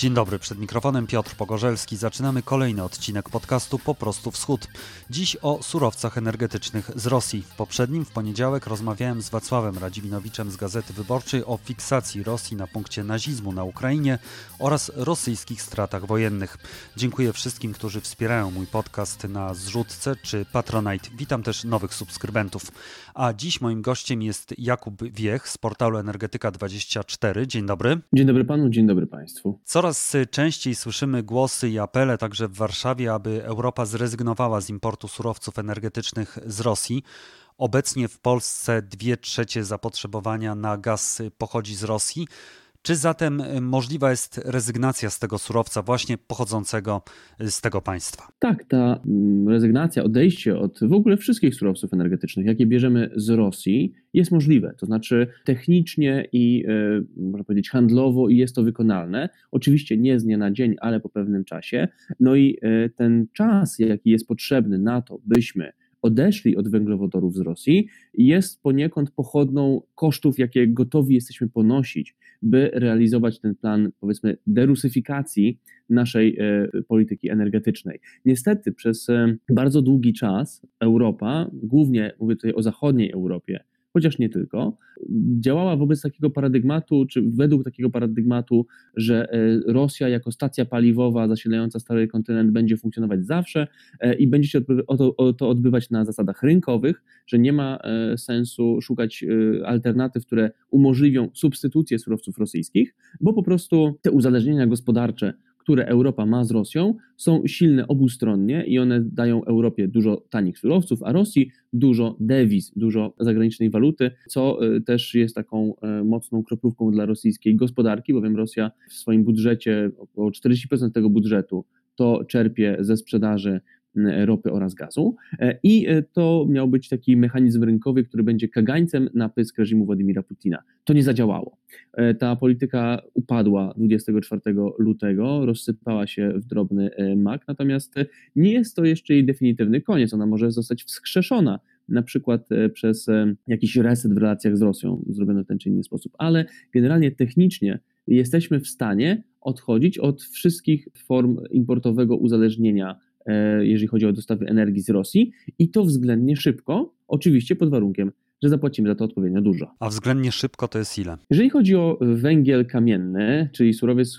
Dzień dobry, przed mikrofonem Piotr Pogorzelski. Zaczynamy kolejny odcinek podcastu Po prostu Wschód. Dziś o surowcach energetycznych z Rosji. W poprzednim, w poniedziałek, rozmawiałem z Wacławem Radziwinowiczem z Gazety Wyborczej o fiksacji Rosji na punkcie nazizmu na Ukrainie oraz rosyjskich stratach wojennych. Dziękuję wszystkim, którzy wspierają mój podcast na Zrzutce czy Patronite. Witam też nowych subskrybentów. A dziś moim gościem jest Jakub Wiech z portalu Energetyka24. Dzień dobry. Dzień dobry panu, dzień dobry państwu. Coraz częściej słyszymy głosy i apele także w Warszawie, aby Europa zrezygnowała z importu surowców energetycznych z Rosji. Obecnie w Polsce 2/3 zapotrzebowania na gaz pochodzi z Rosji. Czy zatem możliwa jest rezygnacja z tego surowca właśnie pochodzącego z tego państwa? Tak, ta rezygnacja, odejście od w ogóle wszystkich surowców energetycznych, jakie bierzemy z Rosji, jest możliwe. To znaczy technicznie i można powiedzieć handlowo jest to wykonalne. Oczywiście nie z dnia na dzień, ale po pewnym czasie. No i ten czas, jaki jest potrzebny na to, byśmy odeszli od węglowodorów z Rosji, jest poniekąd pochodną kosztów, jakie gotowi jesteśmy ponosić, by realizować ten plan, powiedzmy, derusyfikacji naszej polityki energetycznej. Niestety przez bardzo długi czas Europa, głównie mówię tutaj o zachodniej Europie, chociaż nie tylko, działała wobec takiego paradygmatu, czy według takiego paradygmatu, że Rosja jako stacja paliwowa zasilająca stary kontynent będzie funkcjonować zawsze i będzie się to odbywać na zasadach rynkowych, że nie ma sensu szukać alternatyw, które umożliwią substytucję surowców rosyjskich, bo po prostu te uzależnienia gospodarcze, które Europa ma z Rosją, są silne obustronnie i one dają Europie dużo tanich surowców, a Rosji dużo dewiz, dużo zagranicznej waluty, co też jest taką mocną kroplówką dla rosyjskiej gospodarki, bowiem Rosja w swoim budżecie, około 40% tego budżetu to czerpie ze sprzedaży ropy oraz gazu i to miał być taki mechanizm rynkowy, który będzie kagańcem na pysk reżimu Władimira Putina. To nie zadziałało. Ta polityka upadła 24 lutego, rozsypała się w drobny mak, natomiast nie jest to jeszcze jej definitywny koniec. Ona może zostać wskrzeszona, na przykład przez jakiś reset w relacjach z Rosją, zrobiony w ten czy inny sposób, ale generalnie technicznie jesteśmy w stanie odchodzić od wszystkich form importowego uzależnienia, jeżeli chodzi o dostawy energii z Rosji i to względnie szybko, oczywiście pod warunkiem, że zapłacimy za to odpowiednio dużo. A względnie szybko to jest ile? Jeżeli chodzi o węgiel kamienny, czyli surowiec,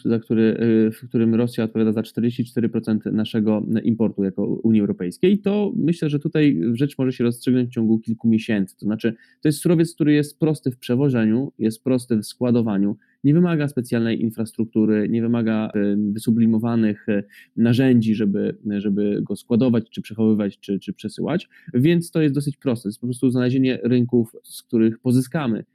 w którym Rosja odpowiada za 44% naszego importu jako Unii Europejskiej, to myślę, że tutaj rzecz może się rozstrzygnąć w ciągu kilku miesięcy. To znaczy, to jest surowiec, który jest prosty w przewożeniu, jest prosty w składowaniu, nie wymaga specjalnej infrastruktury, nie wymaga wysublimowanych narzędzi, żeby go składować, czy przechowywać, czy przesyłać, więc to jest dosyć proste. To jest po prostu znalezienie rynków, z których pozyskamy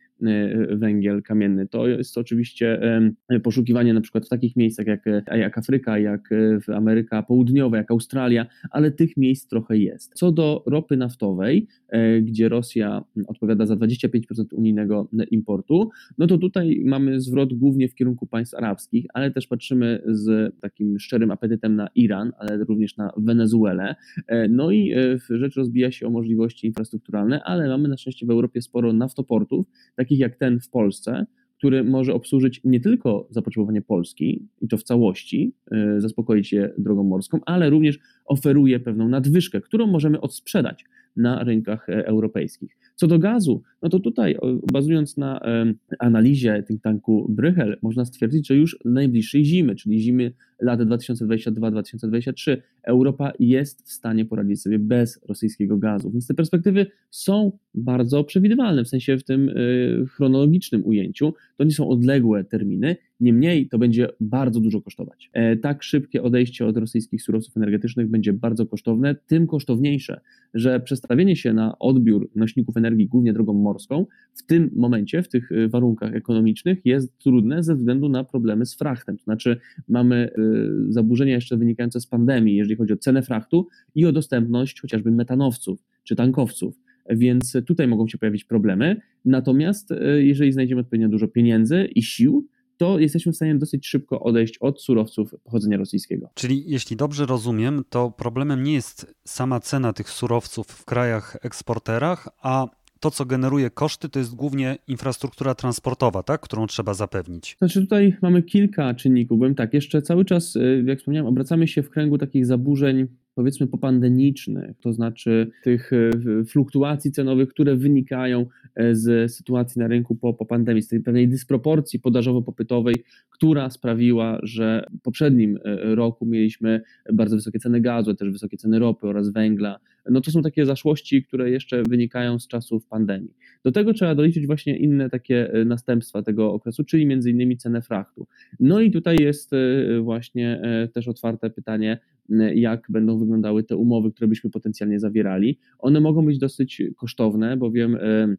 węgiel kamienny. To jest oczywiście poszukiwanie na przykład w takich miejscach jak Afryka, jak Ameryka Południowa, jak Australia, ale tych miejsc trochę jest. Co do ropy naftowej, gdzie Rosja odpowiada za 25% unijnego importu, no to tutaj mamy zwrot głównie w kierunku państw arabskich, ale też patrzymy z takim szczerym apetytem na Iran, ale również na Wenezuelę. No i rzecz rozbija się o możliwości infrastrukturalne, ale mamy na szczęście w Europie sporo naftoportów, takich jak ten w Polsce, który może obsłużyć nie tylko zapotrzebowanie Polski i to w całości, zaspokoić je drogą morską, ale również oferuje pewną nadwyżkę, którą możemy odsprzedać na rynkach europejskich. Co do gazu, no to tutaj bazując na analizie think tanku Bruegel można stwierdzić, że już najbliższej zimy, czyli zimy lat 2022-2023, Europa jest w stanie poradzić sobie bez rosyjskiego gazu. Więc te perspektywy są bardzo przewidywalne, w sensie w tym chronologicznym ujęciu. To nie są odległe terminy, niemniej to będzie bardzo dużo kosztować. Tak szybkie odejście od rosyjskich surowców energetycznych będzie bardzo kosztowne, tym kosztowniejsze, że przestawienie się na odbiór nośników energii głównie drogą morską w tym momencie, w tych warunkach ekonomicznych jest trudne ze względu na problemy z frachtem. To znaczy mamy zaburzenia jeszcze wynikające z pandemii, jeżeli chodzi o cenę frachtu i o dostępność chociażby metanowców czy tankowców. Więc tutaj mogą się pojawić problemy. Natomiast jeżeli znajdziemy odpowiednio dużo pieniędzy i sił, to jesteśmy w stanie dosyć szybko odejść od surowców pochodzenia rosyjskiego. Czyli jeśli dobrze rozumiem, to problemem nie jest sama cena tych surowców w krajach eksporterach, a to, co generuje koszty, to jest głównie infrastruktura transportowa, tak? Którą trzeba zapewnić. Znaczy tutaj mamy kilka czynników, byłem tak, jeszcze cały czas, jak wspomniałem, obracamy się w kręgu takich zaburzeń, powiedzmy popandemicznych, to znaczy tych fluktuacji cenowych, które wynikają z sytuacji na rynku po pandemii, z tej pewnej dysproporcji podażowo-popytowej, która sprawiła, że w poprzednim roku mieliśmy bardzo wysokie ceny gazu, też wysokie ceny ropy oraz węgla. No to są takie zaszłości, które jeszcze wynikają z czasów pandemii. Do tego trzeba doliczyć właśnie inne takie następstwa tego okresu, czyli między innymi cenę frachtu. No i tutaj jest właśnie też otwarte pytanie, jak będą wyglądały te umowy, które byśmy potencjalnie zawierali. One mogą być dosyć kosztowne, bowiem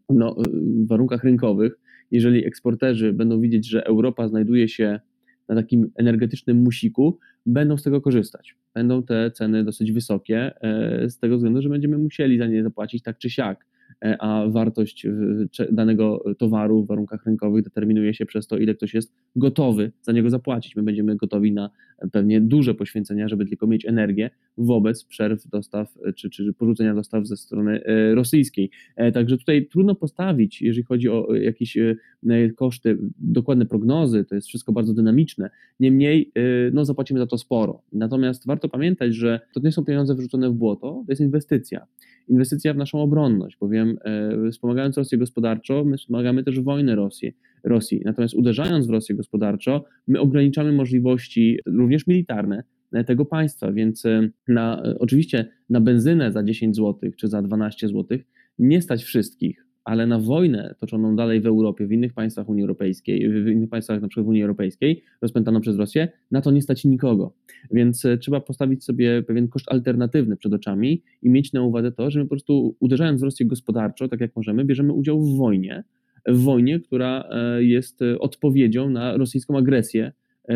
w warunkach rynkowych, jeżeli eksporterzy będą widzieć, że Europa znajduje się na takim energetycznym musiku, będą z tego korzystać. Będą te ceny dosyć wysokie, z tego względu, że będziemy musieli za nie zapłacić tak czy siak, a wartość danego towaru w warunkach rynkowych determinuje się przez to, ile ktoś jest gotowy za niego zapłacić. My będziemy gotowi na pewnie duże poświęcenia, żeby tylko mieć energię wobec przerw dostaw czy porzucenia dostaw ze strony rosyjskiej. Także tutaj trudno postawić, jeżeli chodzi o jakieś koszty, dokładne prognozy, to jest wszystko bardzo dynamiczne. Niemniej no, zapłacimy za to sporo. Natomiast warto pamiętać, że to nie są pieniądze wyrzucone w błoto, to jest inwestycja. Inwestycja w naszą obronność, bowiem wspomagając Rosję gospodarczo, my wspomagamy też wojnę Rosji. Natomiast uderzając w Rosję gospodarczo, my ograniczamy możliwości również militarne tego państwa, więc oczywiście na benzynę za 10 zł czy za 12 zł nie stać wszystkich, ale na wojnę toczoną dalej w Europie, w innych państwach Unii Europejskiej, w innych państwach na przykład w Unii Europejskiej, rozpętaną przez Rosję, na to nie stać nikogo. Więc trzeba postawić sobie pewien koszt alternatywny przed oczami i mieć na uwadze to, że my po prostu uderzając w Rosję gospodarczo, tak jak możemy, bierzemy udział w wojnie, która jest odpowiedzią na rosyjską agresję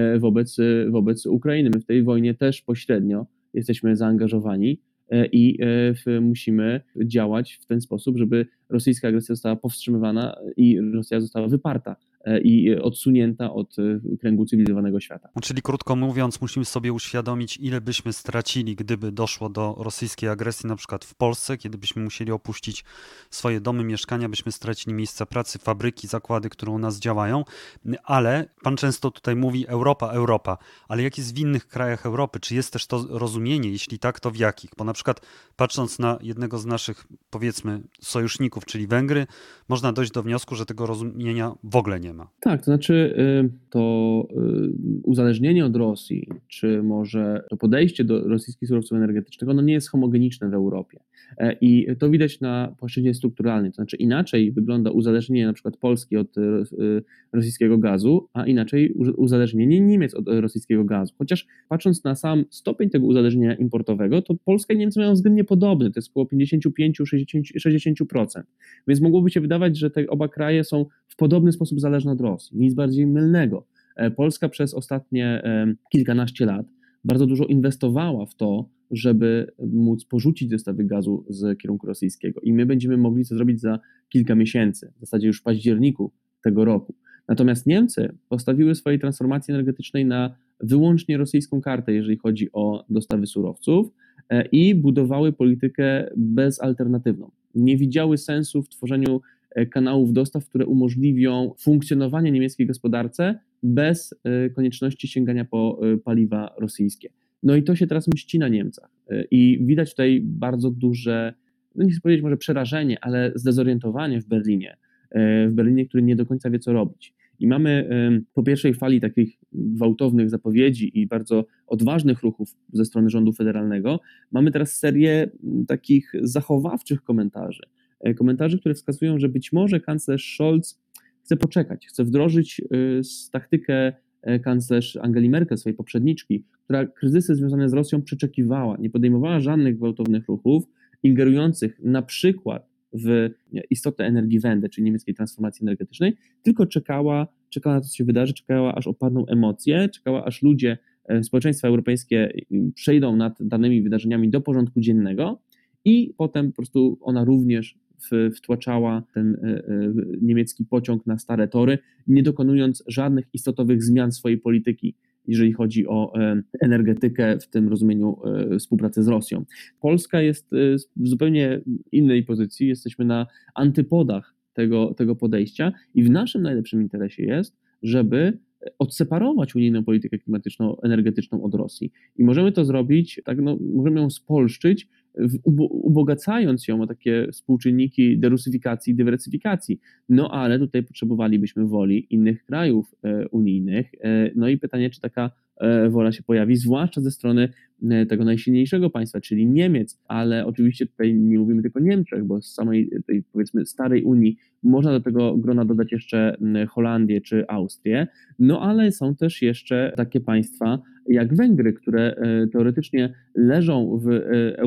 wobec Ukrainy. My w tej wojnie też pośrednio jesteśmy zaangażowani i musimy działać w ten sposób, żeby rosyjska agresja została powstrzymywana i Rosja została wyparta i odsunięta od kręgu cywilizowanego świata. Czyli krótko mówiąc, musimy sobie uświadomić, ile byśmy stracili, gdyby doszło do rosyjskiej agresji, na przykład w Polsce, kiedy byśmy musieli opuścić swoje domy, mieszkania, byśmy stracili miejsca pracy, fabryki, zakłady, które u nas działają, ale pan często tutaj mówi Europa, ale jak jest w innych krajach Europy? Czy jest też to rozumienie? Jeśli tak, to w jakich? Bo na przykład patrząc na jednego z naszych, powiedzmy, sojuszników, czyli Węgry, można dojść do wniosku, że tego rozumienia w ogóle nie ma. Tak, to znaczy to uzależnienie od Rosji, czy może to podejście do rosyjskich surowców energetycznych, ono nie jest homogeniczne w Europie. I to widać na płaszczyźnie strukturalnej, to znaczy inaczej wygląda uzależnienie na przykład Polski od rosyjskiego gazu, a inaczej uzależnienie Niemiec od rosyjskiego gazu. Chociaż patrząc na sam stopień tego uzależnienia importowego, to Polska i Niemcy mają względnie podobny, to jest około 55-60%. Więc mogłoby się wydawać, że te oba kraje są w podobny sposób zależne od Rosji. Nic bardziej mylnego. Polska przez ostatnie kilkanaście lat bardzo dużo inwestowała w to, żeby móc porzucić dostawy gazu z kierunku rosyjskiego. I my będziemy mogli to zrobić za kilka miesięcy, w zasadzie już w październiku tego roku. Natomiast Niemcy postawiły swojej transformacji energetycznej na wyłącznie rosyjską kartę, jeżeli chodzi o dostawy surowców i budowały politykę bezalternatywną. Nie widziały sensu w tworzeniu kanałów dostaw, które umożliwią funkcjonowanie niemieckiej gospodarce bez konieczności sięgania po paliwa rosyjskie. No i to się teraz mści na Niemcach i widać tutaj bardzo duże, no nie chcę powiedzieć może przerażenie, ale zdezorientowanie w Berlinie, który nie do końca wie, co robić. I mamy po pierwszej fali takich gwałtownych zapowiedzi i bardzo odważnych ruchów ze strony rządu federalnego, mamy teraz serię takich zachowawczych komentarzy, które wskazują, że być może kanclerz Scholz chce poczekać, chce wdrożyć taktykę kanclerz Angeli Merkel, swojej poprzedniczki, która kryzysy związane z Rosją przeczekiwała, nie podejmowała żadnych gwałtownych ruchów ingerujących na przykład w istotę Energiewende, czyli niemieckiej transformacji energetycznej, tylko czekała na to, co się wydarzy, czekała, aż opadną emocje, czekała, aż ludzie, społeczeństwa europejskie przejdą nad danymi wydarzeniami do porządku dziennego i potem po prostu ona również wtłaczała ten niemiecki pociąg na stare tory, nie dokonując żadnych istotowych zmian swojej polityki jeżeli chodzi o energetykę w tym rozumieniu współpracy z Rosją. Polska jest w zupełnie innej pozycji, jesteśmy na antypodach tego podejścia i w naszym najlepszym interesie jest, żeby odseparować unijną politykę klimatyczno-energetyczną od Rosji. I możemy to zrobić, tak, możemy ją spolszczyć, ubogacając ją o takie współczynniki derusyfikacji i dywersyfikacji. Ale tutaj potrzebowalibyśmy woli innych krajów unijnych. I pytanie, czy taka wola się pojawi, zwłaszcza ze strony tego najsilniejszego państwa, czyli Niemiec, ale oczywiście tutaj nie mówimy tylko o Niemczech, bo z samej tej, powiedzmy, starej Unii można do tego grona dodać jeszcze Holandię czy Austrię, ale są też jeszcze takie państwa jak Węgry, które teoretycznie leżą w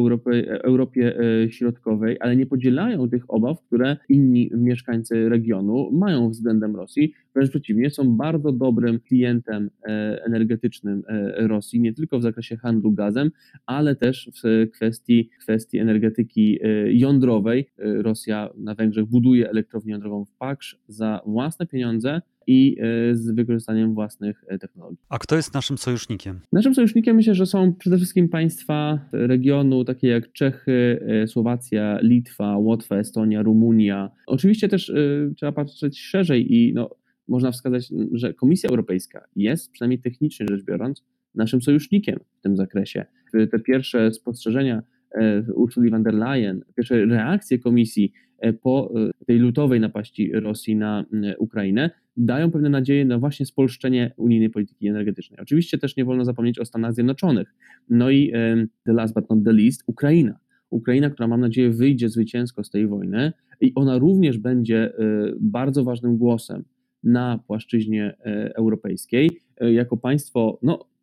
Europie Środkowej, ale nie podzielają tych obaw, które inni mieszkańcy regionu mają względem Rosji. Wręcz przeciwnie, są bardzo dobrym klientem energetycznym Rosji, nie tylko w zakresie handlu gazem, ale też w kwestii energetyki jądrowej. Rosja na Węgrzech buduje elektrownię jądrową w Paksz za własne pieniądze i z wykorzystaniem własnych technologii. A kto jest naszym sojusznikiem? Naszym sojusznikiem myślę, że są przede wszystkim państwa regionu, takie jak Czechy, Słowacja, Litwa, Łotwa, Estonia, Rumunia. Oczywiście też trzeba patrzeć szerzej i można wskazać, że Komisja Europejska jest, przynajmniej technicznie rzecz biorąc, naszym sojusznikiem w tym zakresie. Te pierwsze spostrzeżenia Ursuli von der Leyen, pierwsze reakcje Komisji po tej lutowej napaści Rosji na Ukrainę dają pewne nadzieje na właśnie spolszczenie unijnej polityki energetycznej. Oczywiście też nie wolno zapomnieć o Stanach Zjednoczonych. I the last but not the least, Ukraina, która mam nadzieję wyjdzie zwycięsko z tej wojny i ona również będzie bardzo ważnym głosem na płaszczyźnie europejskiej, jako państwo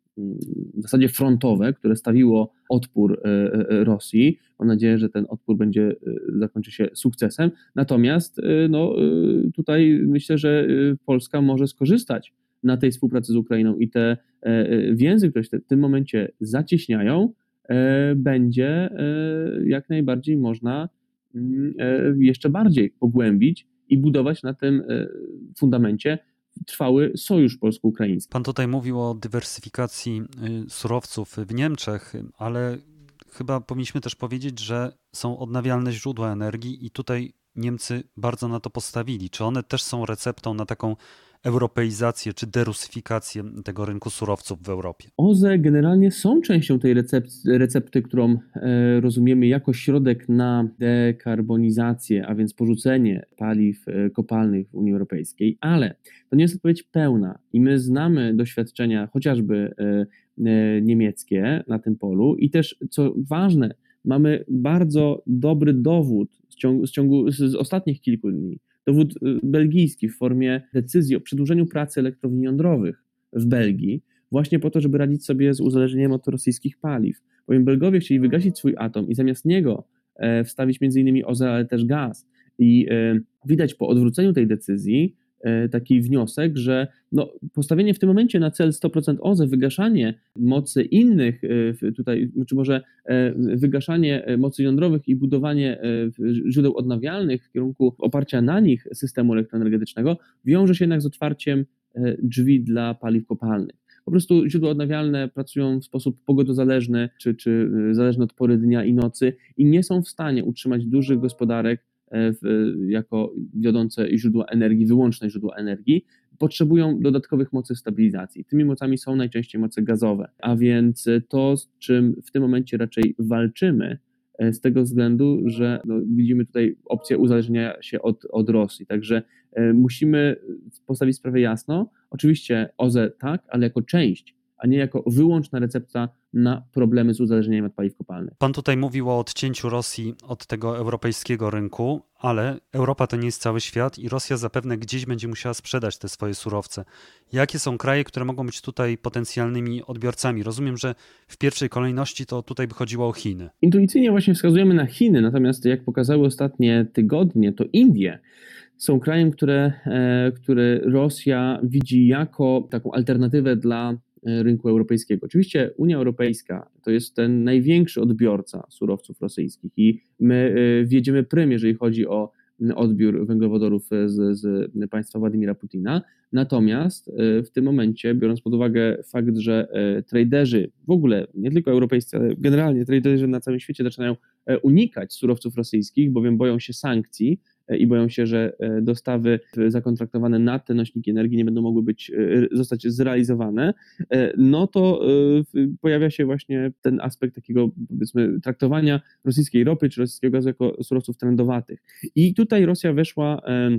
w zasadzie frontowe, które stawiło odpór Rosji. Mam nadzieję, że ten odpór zakończy się sukcesem. Natomiast tutaj myślę, że Polska może skorzystać na tej współpracy z Ukrainą i te więzy, które się w tym momencie zacieśniają, będzie jak najbardziej można jeszcze bardziej pogłębić i budować na tym fundamencie trwały sojusz polsko-ukraiński. Pan tutaj mówił o dywersyfikacji surowców w Niemczech, ale chyba powinniśmy też powiedzieć, że są odnawialne źródła energii i tutaj Niemcy bardzo na to postawili. Czy one też są receptą na taką europeizację czy derusyfikację tego rynku surowców w Europie? OZE generalnie są częścią tej recepty, którą rozumiemy jako środek na dekarbonizację, a więc porzucenie paliw kopalnych w Unii Europejskiej, ale to nie jest odpowiedź pełna i my znamy doświadczenia chociażby niemieckie na tym polu i też, co ważne, mamy bardzo dobry dowód z ostatnich kilku dni, dowód belgijski w formie decyzji o przedłużeniu pracy elektrowni jądrowych w Belgii, właśnie po to, żeby radzić sobie z uzależnieniem od rosyjskich paliw. Bowiem Belgowie chcieli wygasić swój atom i zamiast niego wstawić m.in. OZE, ale też gaz. I widać po odwróceniu tej decyzji taki wniosek, że postawienie w tym momencie na cel 100% OZE, wygaszanie mocy innych tutaj, czy może wygaszanie mocy jądrowych i budowanie źródeł odnawialnych w kierunku oparcia na nich systemu elektroenergetycznego wiąże się jednak z otwarciem drzwi dla paliw kopalnych. Po prostu źródła odnawialne pracują w sposób pogodozależny, czy zależny od pory dnia i nocy i nie są w stanie utrzymać dużych gospodarek jako wiodące źródła energii, wyłączne źródła energii, potrzebują dodatkowych mocy stabilizacji. Tymi mocami są najczęściej moce gazowe, a więc to, z czym w tym momencie raczej walczymy, z tego względu, że widzimy tutaj opcję uzależnienia się od Rosji. Także musimy postawić sprawę jasno. Oczywiście OZE tak, ale jako część, a nie jako wyłączna recepta na problemy z uzależnieniem od paliw kopalnych. Pan tutaj mówił o odcięciu Rosji od tego europejskiego rynku, ale Europa to nie jest cały świat i Rosja zapewne gdzieś będzie musiała sprzedać te swoje surowce. Jakie są kraje, które mogą być tutaj potencjalnymi odbiorcami? Rozumiem, że w pierwszej kolejności to tutaj by chodziło o Chiny. Intuicyjnie właśnie wskazujemy na Chiny, natomiast jak pokazały ostatnie tygodnie, to Indie są krajem, które Rosja widzi jako taką alternatywę dla rynku europejskiego. Oczywiście Unia Europejska to jest ten największy odbiorca surowców rosyjskich i my wjedziemy prym, jeżeli chodzi o odbiór węglowodorów z państwa Władimira Putina. Natomiast w tym momencie, biorąc pod uwagę fakt, że traderzy, w ogóle nie tylko europejscy, ale generalnie traderzy na całym świecie zaczynają unikać surowców rosyjskich, bowiem boją się sankcji i boją się, że dostawy zakontraktowane na te nośniki energii nie będą mogły zostać zrealizowane, no to pojawia się właśnie ten aspekt takiego, powiedzmy, traktowania rosyjskiej ropy czy rosyjskiego gazu jako surowców trendowatych. I tutaj Rosja weszła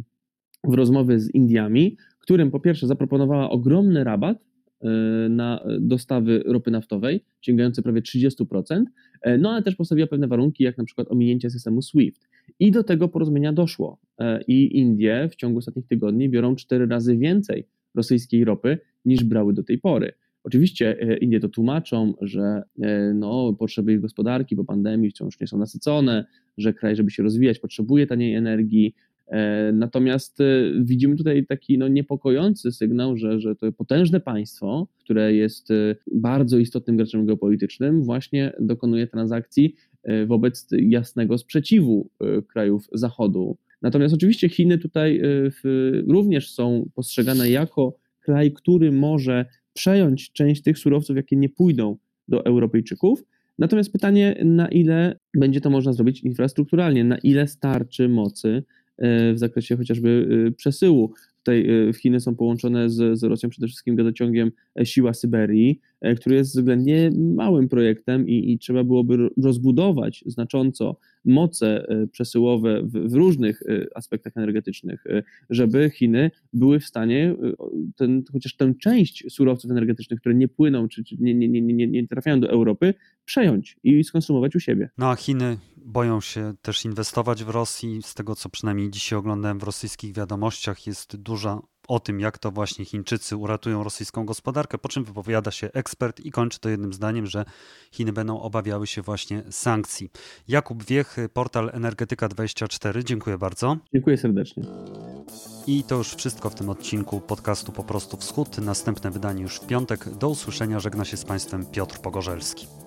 w rozmowy z Indiami, którym po pierwsze zaproponowała ogromny rabat na dostawy ropy naftowej, sięgający prawie 30%, no ale też postawiła pewne warunki, jak na przykład ominięcie systemu SWIFT. I do tego porozumienia doszło. I Indie w ciągu ostatnich tygodni biorą 4 razy więcej rosyjskiej ropy, niż brały do tej pory. Oczywiście Indie to tłumaczą, że potrzeby ich gospodarki po pandemii wciąż nie są nasycone, że kraj, żeby się rozwijać, potrzebuje taniej energii. Natomiast widzimy tutaj taki niepokojący sygnał, że to potężne państwo, które jest bardzo istotnym graczem geopolitycznym, właśnie dokonuje transakcji wobec jasnego sprzeciwu krajów Zachodu. Natomiast oczywiście Chiny tutaj również są postrzegane jako kraj, który może przejąć część tych surowców, jakie nie pójdą do Europejczyków. Natomiast pytanie, na ile będzie to można zrobić infrastrukturalnie, na ile starczy mocy w zakresie chociażby przesyłu. Tutaj Chiny są połączone z Rosją przede wszystkim gazociągiem Siła Syberii, który jest względnie małym projektem i trzeba byłoby rozbudować znacząco moce przesyłowe w różnych aspektach energetycznych, żeby Chiny były w stanie chociaż tę część surowców energetycznych, które nie płyną czy nie trafiają do Europy, przejąć i skonsumować u siebie. No a Chiny boją się też inwestować w Rosji. Z tego, co przynajmniej dzisiaj oglądałem w rosyjskich wiadomościach, jest duża o tym, jak to właśnie Chińczycy uratują rosyjską gospodarkę, po czym wypowiada się ekspert i kończy to jednym zdaniem, że Chiny będą obawiały się właśnie sankcji. Jakub Wiech, portal Energetyka24. Dziękuję bardzo. Dziękuję serdecznie. I to już wszystko w tym odcinku podcastu Po prostu Wschód. Następne wydanie już w piątek. Do usłyszenia. Żegna się z Państwem Piotr Pogorzelski.